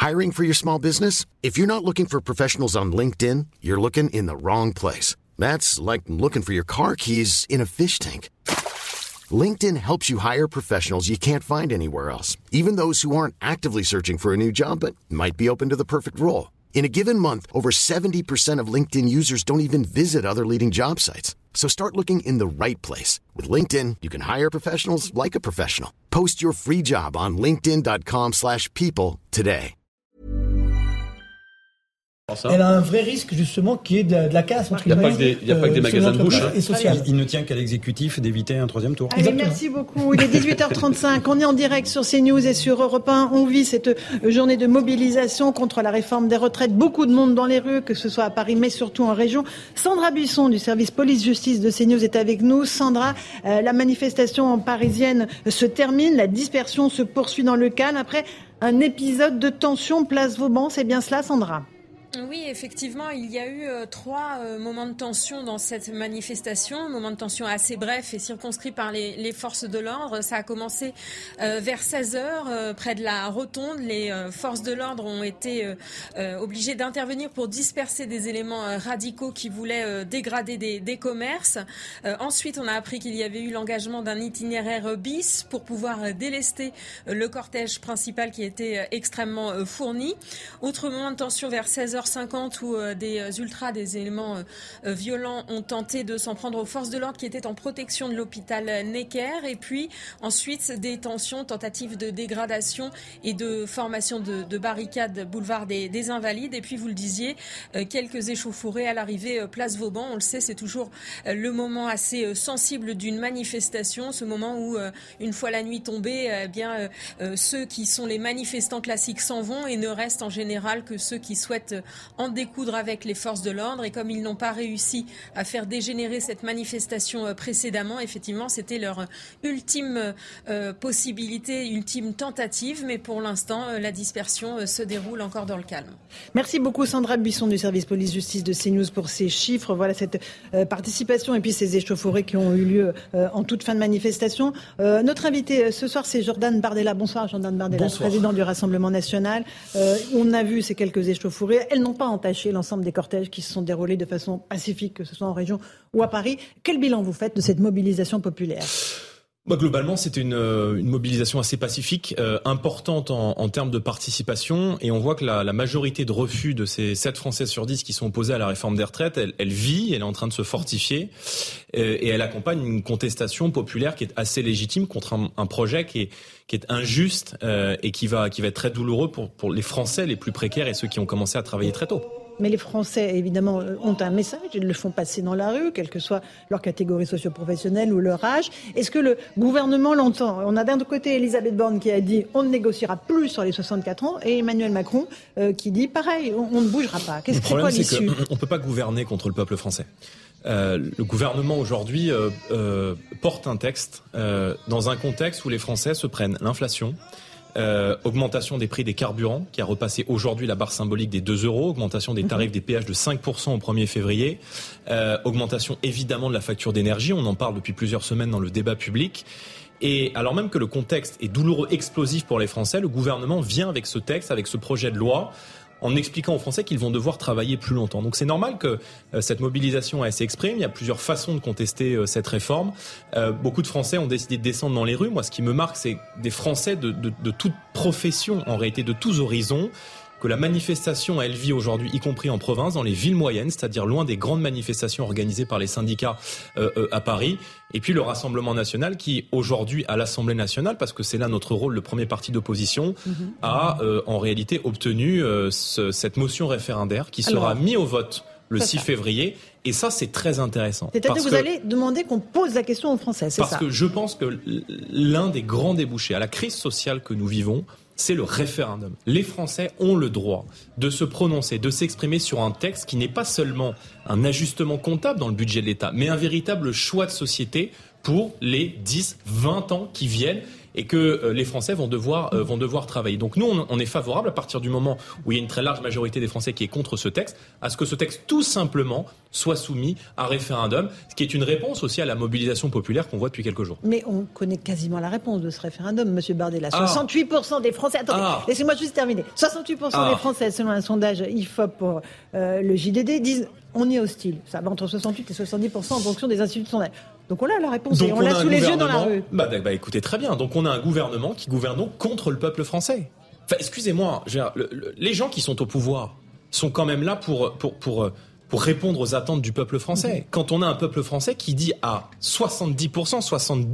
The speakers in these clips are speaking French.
Hiring for your small business? If you're not looking for professionals on LinkedIn, you're looking in the wrong place. That's like looking for your car keys in a fish tank. LinkedIn helps you hire professionals you can't find anywhere else, even those who aren't actively searching for a new job but might be open to the perfect role. In a given month, over 70% of LinkedIn users don't even visit other leading job sites. So start looking in the right place. With LinkedIn, you can hire professionals like a professional. Post your free job on linkedin.com/people today. Elle a un vrai risque justement qui est de la casse. Il n'y a pas que des magasins de bouche. Il ne tient qu'à l'exécutif d'éviter un troisième tour. Allez, merci beaucoup. Il est 18h35. On est en direct sur CNews et sur Europe 1. On vit cette journée de mobilisation contre la réforme des retraites. Beaucoup de monde dans les rues, que ce soit à Paris, mais surtout en région. Sandra Buisson du service police-justice de CNews est avec nous. Sandra, la manifestation parisienne se termine. La dispersion se poursuit dans le calme après un épisode de tension place Vauban. C'est bien cela, Sandra ? Oui, effectivement, il y a eu 3 moments de tension dans cette manifestation, moments de tension assez brefs et circonscrits par les forces de l'ordre. Ça a commencé vers 16h, près de la rotonde. Les forces de l'ordre ont été obligées d'intervenir pour disperser des éléments radicaux qui voulaient dégrader des commerces. Ensuite, on a appris qu'il y avait eu l'engagement d'un itinéraire bis pour pouvoir délester le cortège principal qui était extrêmement fourni. Autre moment de tension vers 16h50 où des ultras, des éléments violents ont tenté de s'en prendre aux forces de l'ordre qui étaient en protection de l'hôpital Necker. Et puis ensuite des tensions, tentatives de dégradation et de formation de barricades boulevard des Invalides. Et puis vous le disiez, quelques échauffourées à l'arrivée place Vauban. On le sait, c'est toujours le moment assez sensible d'une manifestation, ce moment où une fois la nuit tombée, ceux qui sont les manifestants classiques s'en vont et ne restent en général que ceux qui souhaitent en découdre avec les forces de l'ordre. Et comme ils n'ont pas réussi à faire dégénérer cette manifestation précédemment, effectivement, c'était leur ultime possibilité, ultime tentative. Mais pour l'instant, la dispersion se déroule encore dans le calme. Merci beaucoup Sandra Buisson du service police-justice de CNews pour ces chiffres. Voilà cette participation et puis ces échauffourées qui ont eu lieu en toute fin de manifestation. Notre invité ce soir, c'est Jordan Bardella. Bonsoir Jordan Bardella, bonsoir. Président du Rassemblement National. On a vu ces quelques échauffourées. Elles n'ont pas entaché l'ensemble des cortèges qui se sont déroulés de façon pacifique, que ce soit en région ou à Paris. Quel bilan vous faites de cette mobilisation populaire ? Globalement, c'était une mobilisation assez pacifique, importante en termes de participation, et on voit que la majorité de refus de ces 7 Français sur 10 qui sont opposés à la réforme des retraites, elle vit, elle est en train de se fortifier, et elle accompagne une contestation populaire qui est assez légitime contre un projet qui est injuste et qui va être très douloureux pour les Français les plus précaires et ceux qui ont commencé à travailler très tôt. Mais les Français, évidemment, ont un message, ils le font passer dans la rue, quelle que soit leur catégorie socio-professionnelle ou leur âge. Est-ce que le gouvernement l'entend ? On a d'un côté Elisabeth Borne qui a dit on ne négociera plus sur les 64 ans et Emmanuel Macron qui dit pareil, on ne bougera pas. Le problème, c'est qu'on ne peut pas gouverner contre le peuple français. Le gouvernement aujourd'hui porte un texte dans un contexte où les Français se prennent l'inflation, augmentation des prix des carburants qui a repassé aujourd'hui la barre symbolique des 2 €, augmentation des tarifs des péages de 5% au 1er février, augmentation évidemment de la facture d'énergie, on en parle depuis plusieurs semaines dans le débat public. Et alors même que le contexte est douloureux, explosif pour les Français, le gouvernement vient avec ce texte, avec ce projet de loi, en expliquant aux Français qu'ils vont devoir travailler plus longtemps. Donc c'est normal que cette mobilisation s'exprime. Il y a plusieurs façons de contester cette réforme. Beaucoup de Français ont décidé de descendre dans les rues. Moi, ce qui me marque, c'est des Français de toute profession, en réalité de tous horizons, que la manifestation, elle vit aujourd'hui, y compris en province, dans les villes moyennes, c'est-à-dire loin des grandes manifestations organisées par les syndicats à Paris. Et puis le Rassemblement National qui, aujourd'hui, à l'Assemblée nationale, parce que c'est là notre rôle, le premier parti d'opposition, a en réalité obtenu cette motion référendaire qui sera mise au vote le 6 février. Et ça, c'est très intéressant. C'est-à-dire que vous allez demander qu'on pose la question aux Français, c'est ça ? Parce que je pense que l'un des grands débouchés à la crise sociale que nous vivons, c'est le référendum. Les Français ont le droit de se prononcer, de s'exprimer sur un texte qui n'est pas seulement un ajustement comptable dans le budget de l'État, mais un véritable choix de société pour les 10, 20 ans qui viennent. et que les Français vont devoir travailler. Donc nous, on est favorable à partir du moment où il y a une très large majorité des Français qui est contre ce texte, à ce que ce texte tout simplement soit soumis à référendum, ce qui est une réponse aussi à la mobilisation populaire qu'on voit depuis quelques jours. Mais on connaît quasiment la réponse de ce référendum, Monsieur Bardella. 68% des Français... Attendez, laissez-moi juste terminer. 68% des Français, selon un sondage IFOP pour le JDD, disent on y est hostile. Ça va entre 68 et 70% en fonction des instituts de sondage. Donc on a la réponse et on l'a sous les yeux dans la rue. Écoutez, très bien. Donc on a un gouvernement qui gouverne donc contre le peuple français. Enfin, excusez-moi, les gens qui sont au pouvoir sont quand même là pour répondre aux attentes du peuple français. Quand on a un peuple français qui dit à 70%,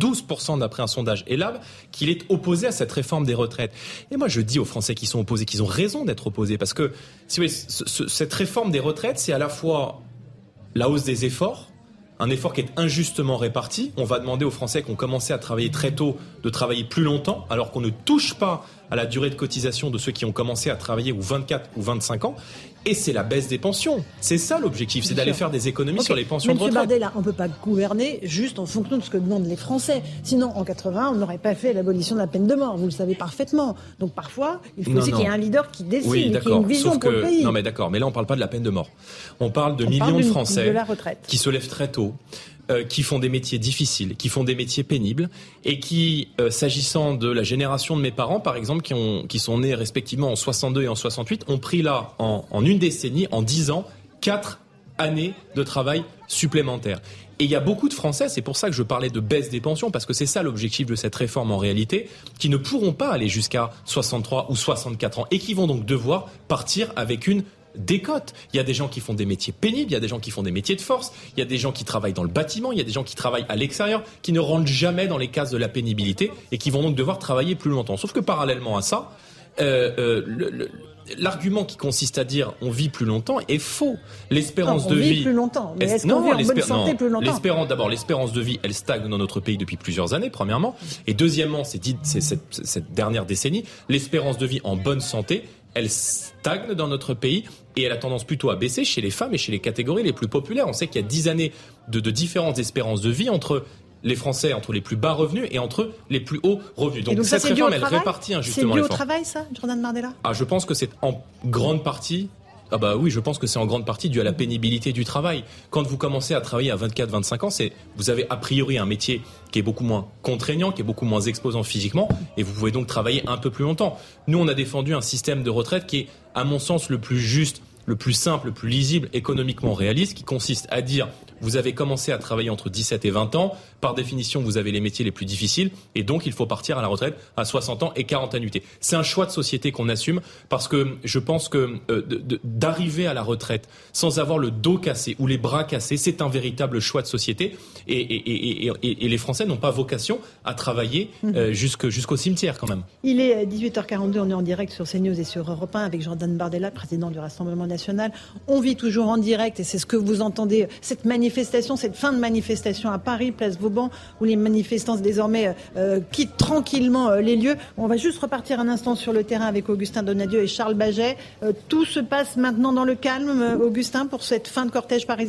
72% d'après un sondage ELAB, qu'il est opposé à cette réforme des retraites. Et moi, je dis aux Français qui sont opposés qu'ils ont raison d'être opposés, parce que si vous voulez, cette réforme des retraites, c'est à la fois la hausse des efforts, un effort qui est injustement réparti. On va demander aux Français qui ont commencé à travailler très tôt de travailler plus longtemps, alors qu'on ne touche pas à la durée de cotisation de ceux qui ont commencé à travailler ou 24 ou 25 ans. Et c'est la baisse des pensions. C'est ça l'objectif, c'est d'aller faire des économies sur les pensions de retraite. Monsieur Bardella, on ne peut pas gouverner juste en fonction de ce que demandent les Français. Sinon, en 80, on n'aurait pas fait l'abolition de la peine de mort. Vous le savez parfaitement. Donc parfois, il faut aussi qu'il y ait un leader qui décide, qui ait une vision pour le pays. Non mais d'accord, mais là on ne parle pas de la peine de mort. On parle de millions de Français qui se lèvent très tôt, qui font des métiers difficiles, qui font des métiers pénibles et qui, s'agissant de la génération de mes parents, par exemple, qui sont nés respectivement en 62 et en 68, ont pris là, en une décennie, en 10 ans, 4 années de travail supplémentaires. Et il y a beaucoup de Français, c'est pour ça que je parlais de baisse des pensions, parce que c'est ça l'objectif de cette réforme en réalité, qui ne pourront pas aller jusqu'à 63 ou 64 ans et qui vont donc devoir partir avec une décote. Il y a des gens qui font des métiers pénibles, il y a des gens qui font des métiers de force, il y a des gens qui travaillent dans le bâtiment, il y a des gens qui travaillent à l'extérieur, qui ne rentrent jamais dans les cases de la pénibilité et qui vont donc devoir travailler plus longtemps. Sauf que parallèlement à ça, l'argument qui consiste à dire on vit plus longtemps est faux. L'espérance de vie... On vit plus longtemps, mais est-ce qu'on vit en bonne santé plus longtemps ? D'abord, l'espérance de vie, elle stagne dans notre pays depuis plusieurs années, premièrement. Et deuxièmement, c'est cette dernière décennie, l'espérance de vie en bonne santé, elle stagne dans notre pays et elle a tendance plutôt à baisser chez les femmes et chez les catégories les plus populaires. On sait qu'il y a 10 années de différentes espérances de vie entre les Français, entre les plus bas revenus et entre les plus hauts revenus. Donc cette réforme, elle répartit injustement les forces. C'est dû au travail, ça, Jordan Bardella ? Je pense que c'est en grande partie... oui, je pense que c'est en grande partie dû à la pénibilité du travail. Quand vous commencez à travailler à 24-25 ans, vous avez a priori un métier qui est beaucoup moins contraignant, qui est beaucoup moins exposant physiquement, et vous pouvez donc travailler un peu plus longtemps. Nous, on a défendu un système de retraite qui est, à mon sens, le plus juste, le plus simple, le plus lisible, économiquement réaliste, qui consiste à dire vous avez commencé à travailler entre 17 et 20 ans, par définition vous avez les métiers les plus difficiles et donc il faut partir à la retraite à 60 ans et 40 annuités. C'est un choix de société qu'on assume parce que je pense que d'arriver à la retraite sans avoir le dos cassé ou les bras cassés, c'est un véritable choix de société et les Français n'ont pas vocation à travailler jusqu'au cimetière quand même. Il est 18h42, on est en direct sur CNews et sur Europe 1 avec Jordan Bardella, président du Rassemblement national. On vit toujours en direct et c'est ce que vous entendez, cette fin de manifestation à Paris, place Vauban, où les manifestants désormais quittent tranquillement les lieux. On va juste repartir un instant sur le terrain avec Augustin Donadieu et Charles Baget. Tout se passe maintenant dans le calme, Augustin, pour cette fin de cortège parisien ?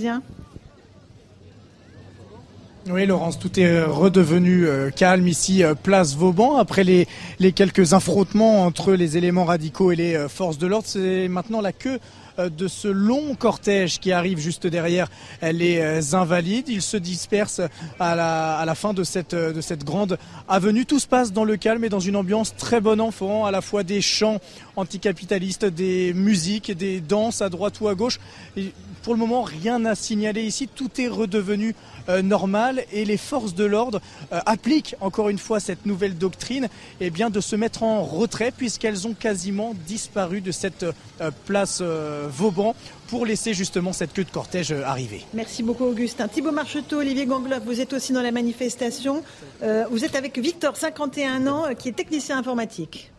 Oui, Laurence, tout est redevenu calme ici, place Vauban. Après les quelques affrontements entre les éléments radicaux et les forces de l'ordre, c'est maintenant la queue de ce long cortège qui arrive juste derrière les Invalides. Ils se dispersent à la fin de cette grande avenue. Tout se passe dans le calme et dans une ambiance très bon enfant, à la fois des chants anticapitalistes, des musiques, des danses à droite ou à gauche. Et pour le moment, rien à signaler ici. Tout est redevenu normal et les forces de l'ordre appliquent encore une fois cette nouvelle doctrine de se mettre en retrait puisqu'elles ont quasiment disparu de cette place Vauban pour laisser justement cette queue de cortège arriver. Merci beaucoup Augustin. Thibaut Marcheteau, Olivier Gangloff, vous êtes aussi dans la manifestation. Vous êtes avec Victor, 51 ans, qui est technicien informatique.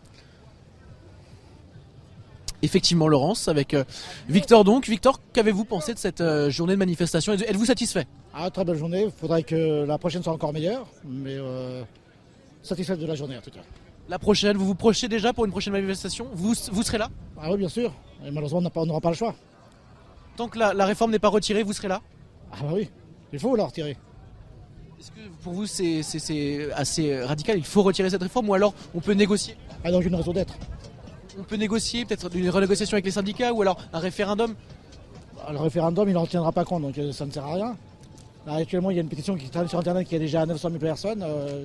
Effectivement, Laurence, avec Victor donc. Victor, qu'avez-vous pensé de cette journée de manifestation ? Êtes-vous satisfait ? Très belle journée. Il faudrait que la prochaine soit encore meilleure, mais satisfait de la journée en tout cas. La prochaine, vous vous projetez déjà pour une prochaine manifestation ? Vous serez là ? Oui, bien sûr. Et malheureusement, on n'aura pas le choix. Tant que la réforme n'est pas retirée, vous serez là ? Oui, il faut la retirer. Est-ce que pour vous c'est assez radical, il faut retirer cette réforme ou alors on peut négocier ? Ah, donc une raison d'être. On peut négocier, peut-être une renégociation avec les syndicats ou alors un référendum ? Le référendum, il n'en tiendra pas compte, donc ça ne sert à rien. Là, actuellement, il y a une pétition qui traîne sur Internet qui a déjà 900 000 personnes,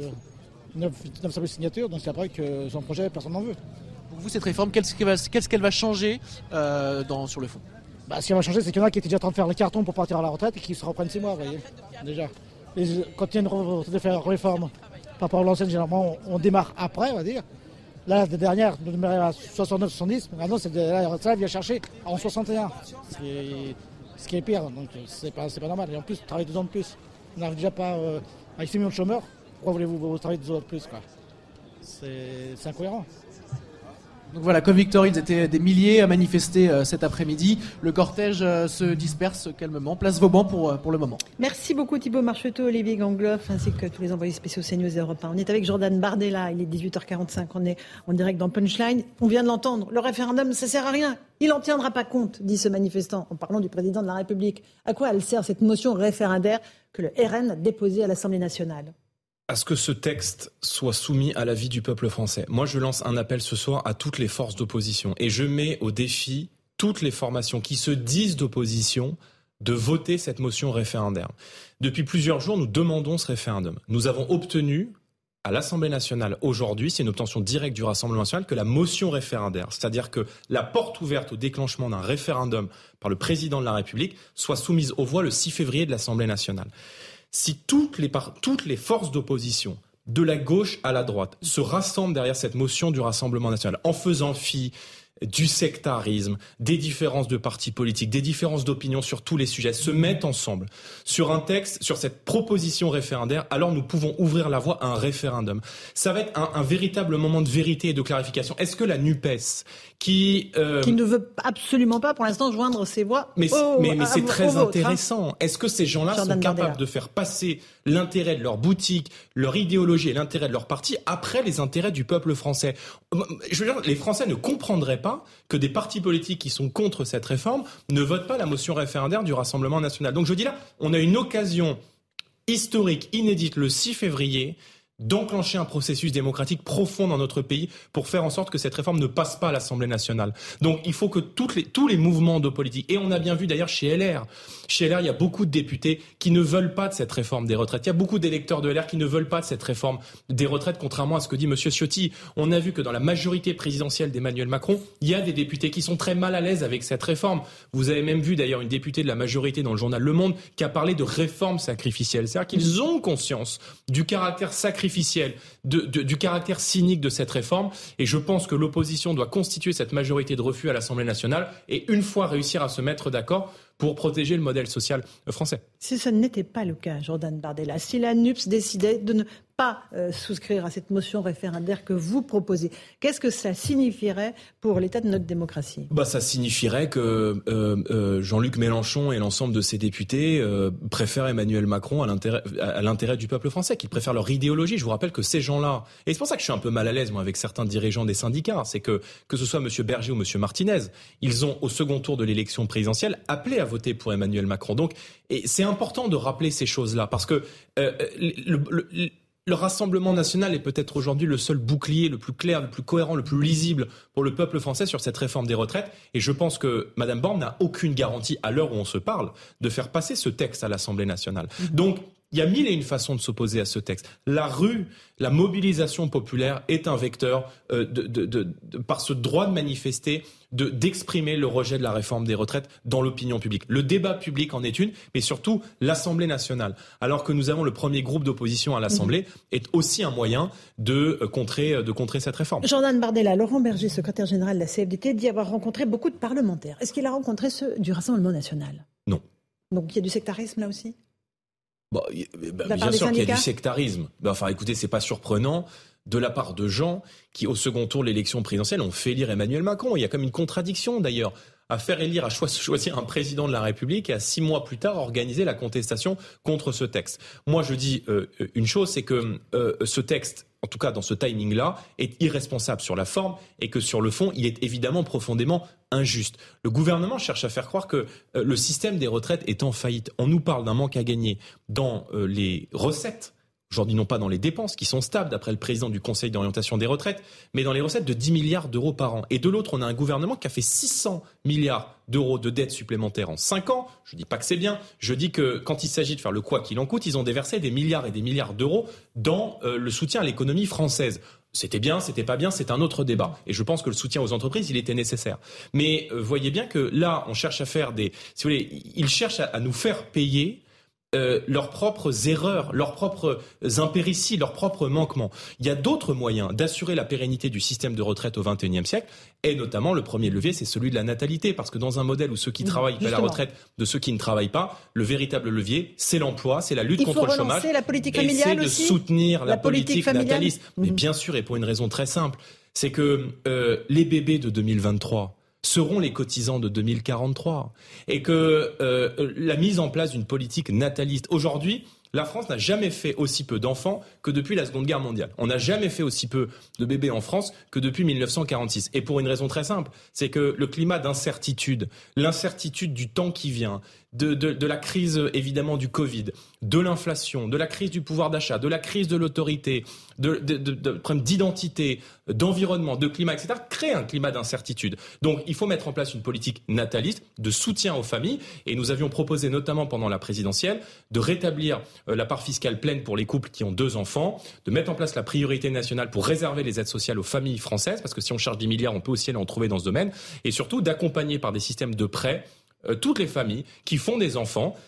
900 000 signatures, donc c'est après que son projet, personne n'en veut. Pour vous, cette réforme, qu'est-ce qu'elle va changer sur le fond ? Ce qui va changer, c'est qu'il y en a qui étaient déjà en train de faire le carton pour partir à la retraite et qui se reprennent 6 mois, vous voyez, déjà. Quand il y a une réforme par rapport à l'ancienne, généralement, on démarre après, on va dire. Là, la dernière, nous démarrait à 69-70, maintenant, ça vient chercher en 61. Ce qui est pire, donc c'est pas normal. Et en plus, travailler 2 ans de plus. On n'arrive déjà pas avec 6 millions de chômeurs. Pourquoi voulez-vous travailler 2 ans de plus, quoi ? C'est incohérent. Donc voilà, comme Victor, ils étaient des milliers à manifester cet après-midi. Le cortège se disperse calmement. Place Vauban pour le moment. Merci beaucoup Thibaut Marcheteau, Olivier Gangloff, ainsi que tous les envoyés spéciaux CNews et Europe 1. On est avec Jordan Bardella, il est 18h45, on est en direct dans Punchline. On vient de l'entendre, le référendum, ça sert à rien. Il n'en tiendra pas compte, dit ce manifestant, en parlant du président de la République. À quoi elle sert cette motion référendaire que le RN a déposée à l'Assemblée nationale ? À ce que ce texte soit soumis à l'avis du peuple français. Moi, je lance un appel ce soir à toutes les forces d'opposition et je mets au défi toutes les formations qui se disent d'opposition de voter cette motion référendaire. Depuis plusieurs jours, nous demandons ce référendum. Nous avons obtenu à l'Assemblée nationale aujourd'hui, c'est une obtention directe du Rassemblement national, que la motion référendaire, c'est-à-dire que la porte ouverte au déclenchement d'un référendum par le président de la République, soit soumise aux voix le 6 février de l'Assemblée nationale. Si toutes les forces d'opposition, de la gauche à la droite, se rassemblent derrière cette motion du Rassemblement national, en faisant fi du sectarisme, des différences de partis politiques, des différences d'opinion sur tous les sujets, se mettent ensemble sur un texte, sur cette proposition référendaire, alors nous pouvons ouvrir la voie à un référendum. Ça va être un véritable moment de vérité et de clarification. Est-ce que la NUPES, qui ne veut absolument pas, pour l'instant, joindre ses voix mais c'est très intéressant. Est-ce que ces gens-là sont capables de faire passer l'intérêt de leur boutique, leur idéologie et l'intérêt de leur parti après les intérêts du peuple français ? Je veux dire, les Français ne comprendraient pas que des partis politiques qui sont contre cette réforme ne votent pas la motion référendaire du Rassemblement national. Donc je dis là, on a une occasion historique, inédite, le 6 février, d'enclencher un processus démocratique profond dans notre pays pour faire en sorte que cette réforme ne passe pas à l'Assemblée nationale. Donc il faut que tous les mouvements de politique, et on a bien vu d'ailleurs chez LR, il y a beaucoup de députés qui ne veulent pas de cette réforme des retraites. Il y a beaucoup d'électeurs de LR qui ne veulent pas de cette réforme des retraites, contrairement à ce que dit M. Ciotti. On a vu que dans la majorité présidentielle d'Emmanuel Macron, il y a des députés qui sont très mal à l'aise avec cette réforme. Vous avez même vu d'ailleurs une députée de la majorité dans le journal Le Monde qui a parlé de réforme sacrificielle. C'est-à-dire qu'ils ont conscience du caractère sacrificiel, du caractère cynique de cette réforme, et je pense que l'opposition doit constituer cette majorité de refus à l'Assemblée nationale et une fois réussir à se mettre d'accord pour protéger le modèle social français. Si ce n'était pas le cas, Jordan Bardella, si la NUPES décidait de ne pas souscrire à cette motion référendaire que vous proposez, qu'est-ce que ça signifierait pour l'état de notre démocratie ? Ça signifierait que Jean-Luc Mélenchon et l'ensemble de ses députés préfèrent Emmanuel Macron à l'intérêt du peuple français, qu'ils préfèrent leur idéologie. Je vous rappelle que ces gens-là, et c'est pour ça que je suis un peu mal à l'aise moi avec certains dirigeants des syndicats, c'est que ce soit M. Berger ou M. Martinez, ils ont au second tour de l'élection présidentielle appelé à voter pour Emmanuel Macron. Donc, et c'est important de rappeler ces choses-là parce que le Rassemblement national est peut-être aujourd'hui le seul bouclier le plus clair, le plus cohérent, le plus lisible pour le peuple français sur cette réforme des retraites. Et je pense que Mme Borne n'a aucune garantie, à l'heure où on se parle, de faire passer ce texte à l'Assemblée nationale. Donc, il y a 1001 façons de s'opposer à ce texte. La rue, la mobilisation populaire est un vecteur par ce droit de manifester, d'exprimer le rejet de la réforme des retraites dans l'opinion publique. Le débat public en est une, mais surtout l'Assemblée nationale, alors que nous avons le premier groupe d'opposition à l'Assemblée, est aussi un moyen de contrer cette réforme. Jordan Bardella, Laurent Berger, secrétaire général de la CFDT, dit avoir rencontré beaucoup de parlementaires. Est-ce qu'il a rencontré ceux du Rassemblement national ? Non. Donc il y a du sectarisme là aussi ? Bien sûr qu'il y a du sectarisme. Écoutez, c'est pas surprenant de la part de gens qui, au second tour de l'élection présidentielle, ont fait élire Emmanuel Macron. Il y a comme une contradiction d'ailleurs. à faire élire, à choisir un président de la République et à 6 mois plus tard organiser la contestation contre ce texte. Moi, je dis une chose, c'est que ce texte, en tout cas dans ce timing-là, est irresponsable sur la forme et que sur le fond, il est évidemment profondément injuste. Le gouvernement cherche à faire croire que le système des retraites est en faillite. On nous parle d'un manque à gagner dans les recettes. Aujourd'hui, non pas dans les dépenses qui sont stables, d'après le président du Conseil d'orientation des retraites, mais dans les recettes de 10 milliards d'euros par an. Et de l'autre, on a un gouvernement qui a fait 600 milliards d'euros de dettes supplémentaires en 5 ans. Je ne dis pas que c'est bien. Je dis que quand il s'agit de faire le quoi qu'il en coûte, ils ont déversé des milliards et des milliards d'euros dans le soutien à l'économie française. C'était bien, c'était pas bien, c'est un autre débat. Et je pense que le soutien aux entreprises, il était nécessaire. Mais voyez bien que là, on cherche à faire si vous voulez, ils cherchent à nous faire payer leurs propres erreurs, leurs propres impérities, leurs propres manquements. Il y a d'autres moyens d'assurer la pérennité du système de retraite au XXIe siècle, et notamment le premier levier, c'est celui de la natalité, parce que dans un modèle où ceux qui travaillent paient la retraite de ceux qui ne travaillent pas, le véritable levier, c'est l'emploi, c'est la lutte contre le chômage, la politique familiale et c'est de soutenir la politique nataliste. Mais bien sûr, et pour une raison très simple, c'est que les bébés de 2023 seront les cotisants de 2043. Et que la mise en place d'une politique nataliste. Aujourd'hui, la France n'a jamais fait aussi peu d'enfants que depuis la Seconde Guerre mondiale. On n'a jamais fait aussi peu de bébés en France que depuis 1946. Et pour une raison très simple, c'est que le climat d'incertitude, l'incertitude du temps qui vient, de la crise évidemment du Covid, de l'inflation, de la crise du pouvoir d'achat, de la crise de l'autorité, de problèmes d'identité, d'environnement, de climat, etc., crée un climat d'incertitude. Donc il faut mettre en place une politique nataliste de soutien aux familles. Et nous avions proposé notamment pendant la présidentielle de rétablir la part fiscale pleine pour les couples qui ont 2 enfants, de mettre en place la priorité nationale pour réserver les aides sociales aux familles françaises, parce que si on cherche 10 milliards, on peut aussi aller en trouver dans ce domaine, et surtout d'accompagner par des systèmes de prêts toutes les familles qui font des enfants,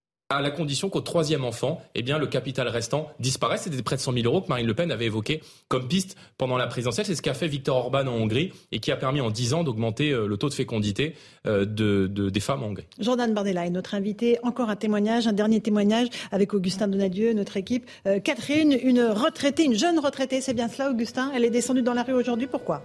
à la condition qu'au 3e enfant, eh bien, le capital restant disparaisse. C'est des prêts de 100 000 euros que Marine Le Pen avait évoqué comme piste pendant la présidentielle. C'est ce qu'a fait Viktor Orban en Hongrie et qui a permis en 10 ans d'augmenter le taux de fécondité des femmes en Hongrie. Jordan Bardella est notre invité. Encore un témoignage, un dernier témoignage avec Augustin Donadieu, notre équipe. Catherine, une retraitée, une jeune retraitée, c'est bien cela, Augustin? Elle est descendue dans la rue aujourd'hui. Pourquoi?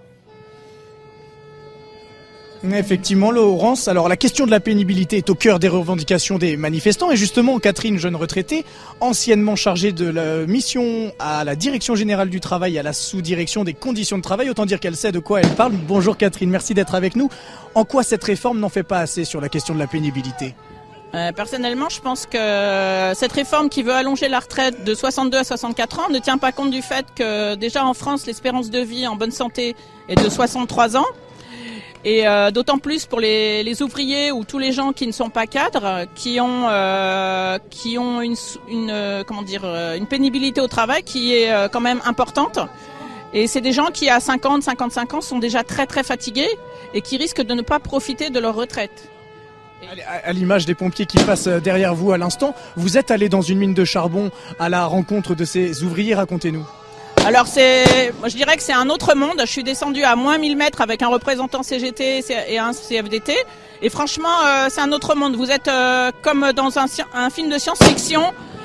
Effectivement, Laurence. Alors, la question de la pénibilité est au cœur des revendications des manifestants. Et justement, Catherine, jeune retraitée, anciennement chargée de la mission à la Direction Générale du Travail, à la sous-direction des conditions de travail, autant dire qu'elle sait de quoi elle parle. Bonjour Catherine, merci d'être avec nous. En quoi cette réforme n'en fait pas assez sur la question de la pénibilité ? Personnellement, je pense que cette réforme qui veut allonger la retraite de 62 à 64 ans ne tient pas compte du fait que déjà en France, l'espérance de vie en bonne santé est de 63 ans. Et d'autant plus pour les ouvriers ou tous les gens qui ne sont pas cadres, qui ont une pénibilité au travail qui est quand même importante. Et c'est des gens qui à 50, 55 ans sont déjà très très fatigués et qui risquent de ne pas profiter de leur retraite. À l'image des pompiers qui passent derrière vous à l'instant, vous êtes allé dans une mine de charbon à la rencontre de ces ouvriers, racontez-nous. Alors je dirais que c'est un autre monde. Je suis descendu à moins 1000 mètres avec un représentant CGT et un CFDT. Et franchement, c'est un autre monde. Vous êtes comme dans un film de science-fiction,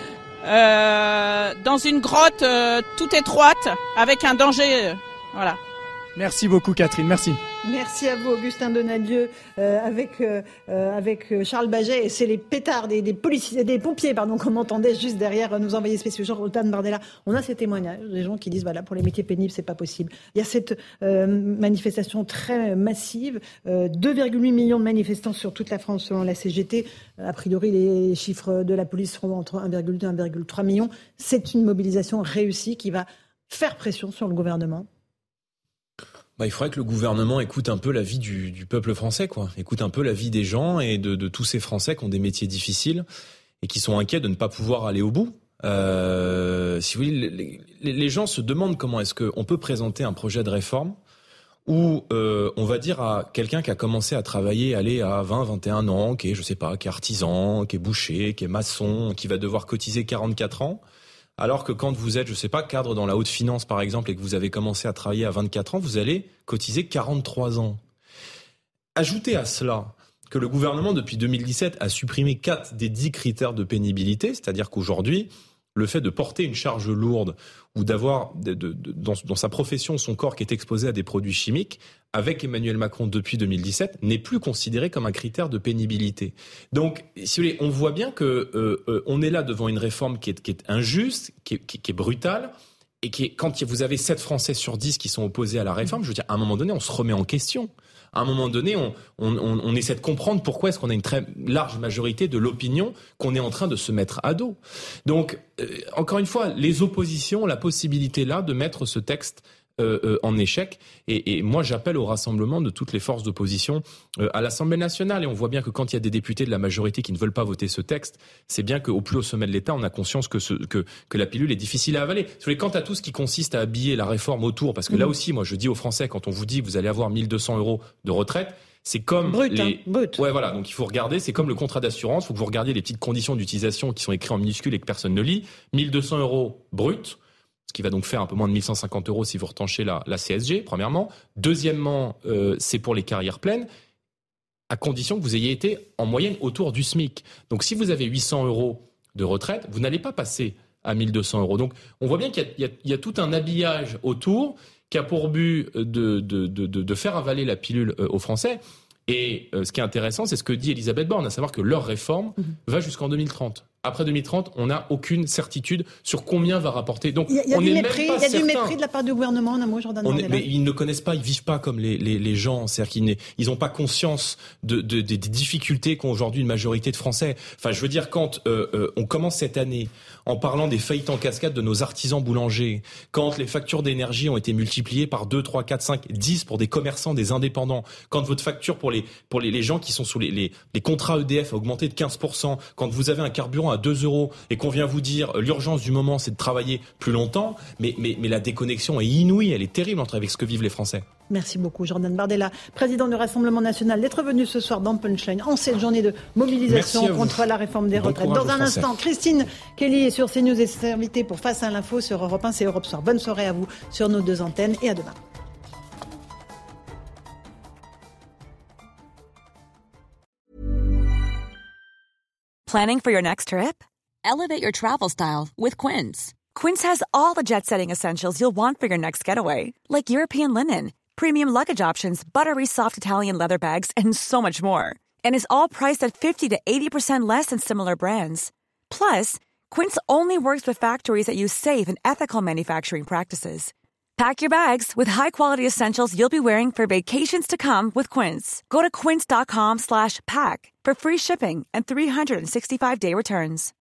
dans une grotte toute étroite, avec un danger. Voilà. Merci beaucoup Catherine, merci. Merci à vous Augustin Donadieu avec Charles Baget. Et c'est les pétards des pompiers qu'on entendait juste derrière nos envoyés spéciaux. Jordan Bardella, on a ces témoignages des gens qui disent voilà, pour les métiers pénibles c'est pas possible. Il y a cette manifestation très massive, 2,8 millions de manifestants sur toute la France selon la CGT. A priori les chiffres de la police seront entre 1,2 et 1,3 million. C'est une mobilisation réussie qui va faire pression sur le gouvernement. Il faudrait que le gouvernement écoute un peu la vie du peuple français, quoi. Écoute un peu la vie des gens et de tous ces Français qui ont des métiers difficiles et qui sont inquiets de ne pas pouvoir aller au bout. Si vous voulez, les gens se demandent comment est-ce qu'on peut présenter un projet de réforme où on va dire à quelqu'un qui a commencé à travailler, à 20, 21 ans, qui est, je sais pas, qui est artisan, qui est boucher, qui est maçon, qui va devoir cotiser 44 ans. Alors que quand vous êtes, je sais pas, cadre dans la haute finance par exemple et que vous avez commencé à travailler à 24 ans, vous allez cotiser 43 ans. Ajoutez à cela que le gouvernement depuis 2017 a supprimé 4 des 10 critères de pénibilité, c'est-à-dire qu'aujourd'hui, le fait de porter une charge lourde ou d'avoir dans sa profession son corps qui est exposé à des produits chimiques, avec Emmanuel Macron depuis 2017, n'est plus considéré comme un critère de pénibilité. Donc, si vous voulez, on voit bien que on est là devant une réforme qui est injuste, qui est brutale, et quand vous avez 7 Français sur 10 qui sont opposés à la réforme, je veux dire, à un moment donné, on se remet en question. À un moment donné, on essaie de comprendre pourquoi est-ce qu'on a une très large majorité de l'opinion qu'on est en train de se mettre à dos. Donc, encore une fois, les oppositions ont la possibilité là de mettre ce texte en échec. Et moi, j'appelle au rassemblement de toutes les forces d'opposition à l'Assemblée nationale. Et on voit bien que quand il y a des députés de la majorité qui ne veulent pas voter ce texte, c'est bien qu'au plus haut sommet de l'État, on a conscience que la pilule est difficile à avaler. Quant à tout ce qui consiste à habiller la réforme autour, parce que là aussi, moi, je dis aux Français, quand on vous dit vous allez avoir 1 200 € de retraite, c'est comme brut. Ouais, voilà. Donc il faut regarder. C'est comme le contrat d'assurance. Il faut que vous regardiez les petites conditions d'utilisation qui sont écrites en minuscules et que personne ne lit. 1 200 € brut. Ce qui va donc faire un peu moins de 1 150 € si vous retanchez la CSG, premièrement. Deuxièmement, c'est pour les carrières pleines, à condition que vous ayez été en moyenne autour du SMIC. Donc si vous avez 800 € de retraite, vous n'allez pas passer à 1 200 €. Donc on voit bien qu'il y a tout un habillage autour qui a pour but de faire avaler la pilule aux Français. Et ce qui est intéressant, c'est ce que dit Elisabeth Borne, à savoir que leur réforme va jusqu'en 2030. Après 2030, on n'a aucune certitude sur combien va rapporter. Donc, il y a du mépris de la part du gouvernement, en un mot, Jordan Bardella. Mais ils ne connaissent pas, ils vivent pas comme les gens. C'est-à-dire qu'ils n'ont pas conscience des difficultés qu'ont aujourd'hui une majorité de Français. Enfin, je veux dire, quand on commence cette année en parlant des faillites en cascade de nos artisans boulangers, quand les factures d'énergie ont été multipliées par 2, 3, 4, 5, 10 pour des commerçants, des indépendants, quand votre facture pour les gens qui sont sous les contrats EDF a augmenté de 15%, quand vous avez un carburant à 2 € et qu'on vient vous dire l'urgence du moment c'est de travailler plus longtemps, mais la déconnexion est inouïe, elle est terrible avec ce que vivent les Français. Merci beaucoup Jordan Bardella, président du Rassemblement National, d'être venu ce soir dans Punchline en cette journée de mobilisation contre la réforme des retraites. Dans un instant, Christine Kelly est sur CNews et ses invités pour Face à l'info sur Europe 1, c'est Europe Soir. Bonne soirée à vous sur nos 2 antennes et à demain. Planning for your next trip? Elevate your travel style with Quince. Quince has all the jet-setting essentials you'll want for your next getaway, like European linen, premium luggage options, buttery soft Italian leather bags, and so much more. And is all priced at 50 to 80% less than similar brands. Plus, Quince only works with factories that use safe and ethical manufacturing practices. Pack your bags with high-quality essentials you'll be wearing for vacations to come with Quince. Go to quince.com/pack for free shipping and 365-day returns.